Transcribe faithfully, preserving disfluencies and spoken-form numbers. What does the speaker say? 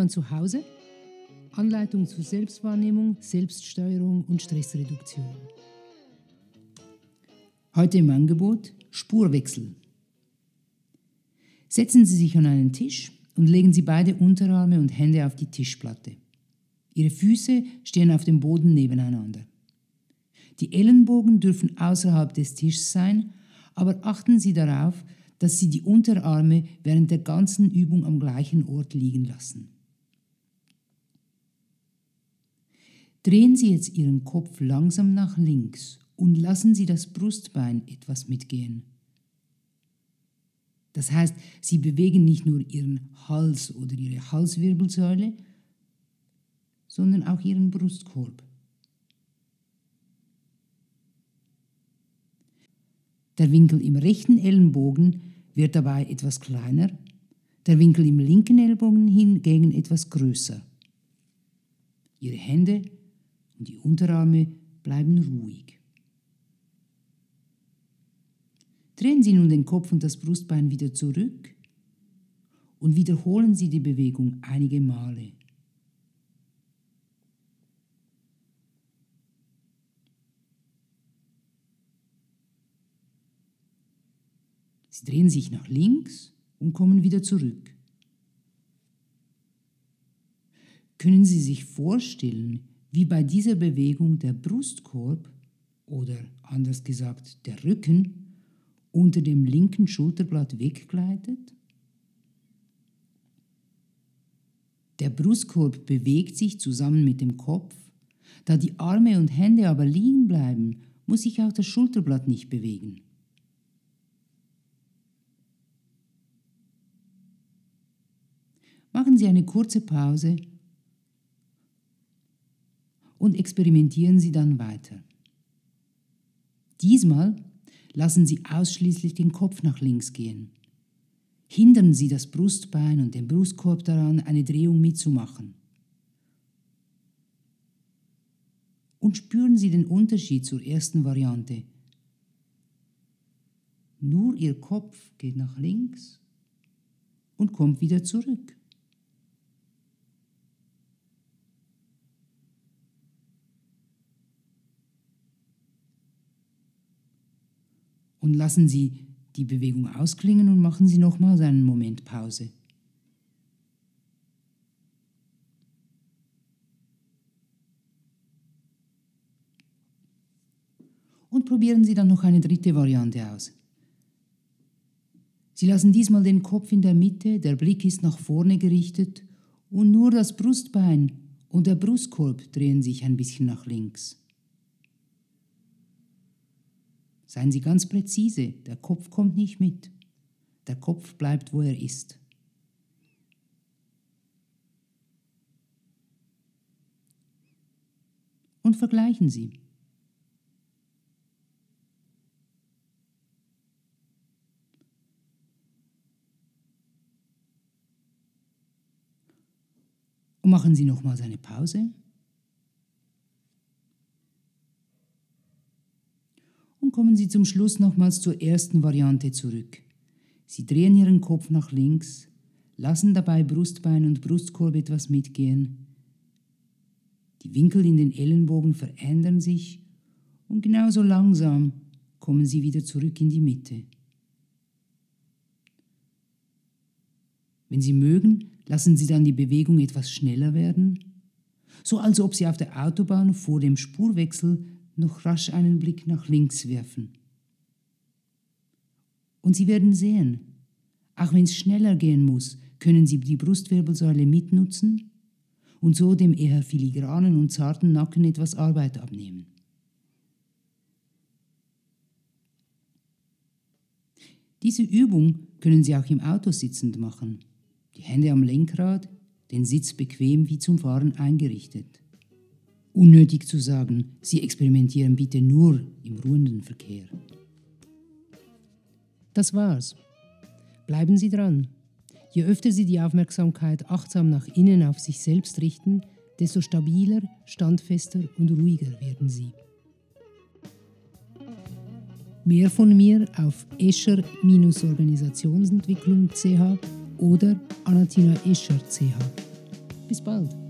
man zu Hause? Anleitung zur Selbstwahrnehmung, Selbststeuerung und Stressreduktion. Heute im Angebot Spurwechsel. Setzen Sie sich an einen Tisch und legen Sie beide Unterarme und Hände auf die Tischplatte. Ihre Füße stehen auf dem Boden nebeneinander. Die Ellenbogen dürfen außerhalb des Tisches sein, aber achten Sie darauf, dass Sie die Unterarme während der ganzen Übung am gleichen Ort liegen lassen. Drehen Sie jetzt Ihren Kopf langsam nach links und lassen Sie das Brustbein etwas mitgehen. Das heißt, Sie bewegen nicht nur Ihren Hals oder Ihre Halswirbelsäule, sondern auch Ihren Brustkorb. Der Winkel im rechten Ellenbogen wird dabei etwas kleiner, der Winkel im linken Ellbogen hingegen etwas größer. Ihre Hände und die Unterarme bleiben ruhig. Drehen Sie nun den Kopf und das Brustbein wieder zurück und wiederholen Sie die Bewegung einige Male. Sie drehen sich nach links und kommen wieder zurück. Können Sie sich vorstellen, wie bei dieser Bewegung der Brustkorb oder anders gesagt der Rücken unter dem linken Schulterblatt weggleitet? Der Brustkorb bewegt sich zusammen mit dem Kopf. Da die Arme und Hände aber liegen bleiben, muss sich auch das Schulterblatt nicht bewegen. Machen Sie eine kurze Pause und experimentieren Sie dann weiter. Diesmal lassen Sie ausschließlich den Kopf nach links gehen. Hindern Sie das Brustbein und den Brustkorb daran, eine Drehung mitzumachen. Und spüren Sie den Unterschied zur ersten Variante. Nur Ihr Kopf geht nach links und kommt wieder zurück. Und lassen Sie die Bewegung ausklingen und machen Sie nochmals einen Moment Pause. Und probieren Sie dann noch eine dritte Variante aus. Sie lassen diesmal den Kopf in der Mitte, der Blick ist nach vorne gerichtet und nur das Brustbein und der Brustkorb drehen sich ein bisschen nach links. Seien Sie ganz präzise, der Kopf kommt nicht mit. Der Kopf bleibt, wo er ist. Und vergleichen Sie. Und machen Sie nochmals eine Pause. Und kommen Sie zum Schluss nochmals zur ersten Variante zurück. Sie drehen Ihren Kopf nach links, lassen dabei Brustbein und Brustkorb etwas mitgehen. Die Winkel in den Ellenbogen verändern sich und genauso langsam kommen Sie wieder zurück in die Mitte. Wenn Sie mögen, lassen Sie dann die Bewegung etwas schneller werden, so als ob Sie auf der Autobahn vor dem Spurwechsel noch rasch einen Blick nach links werfen. Und Sie werden sehen, auch wenn es schneller gehen muss, können Sie die Brustwirbelsäule mitnutzen und so dem eher filigranen und zarten Nacken etwas Arbeit abnehmen. Diese Übung können Sie auch im Auto sitzend machen. Die Hände am Lenkrad, den Sitz bequem wie zum Fahren eingerichtet. Unnötig zu sagen, Sie experimentieren bitte nur im ruhenden Verkehr. Das war's. Bleiben Sie dran. Je öfter Sie die Aufmerksamkeit achtsam nach innen auf sich selbst richten, desto stabiler, standfester und ruhiger werden Sie. Mehr von mir auf escher Organisationsentwicklung punkt c h oder anatina escher punkt c h. Bis bald.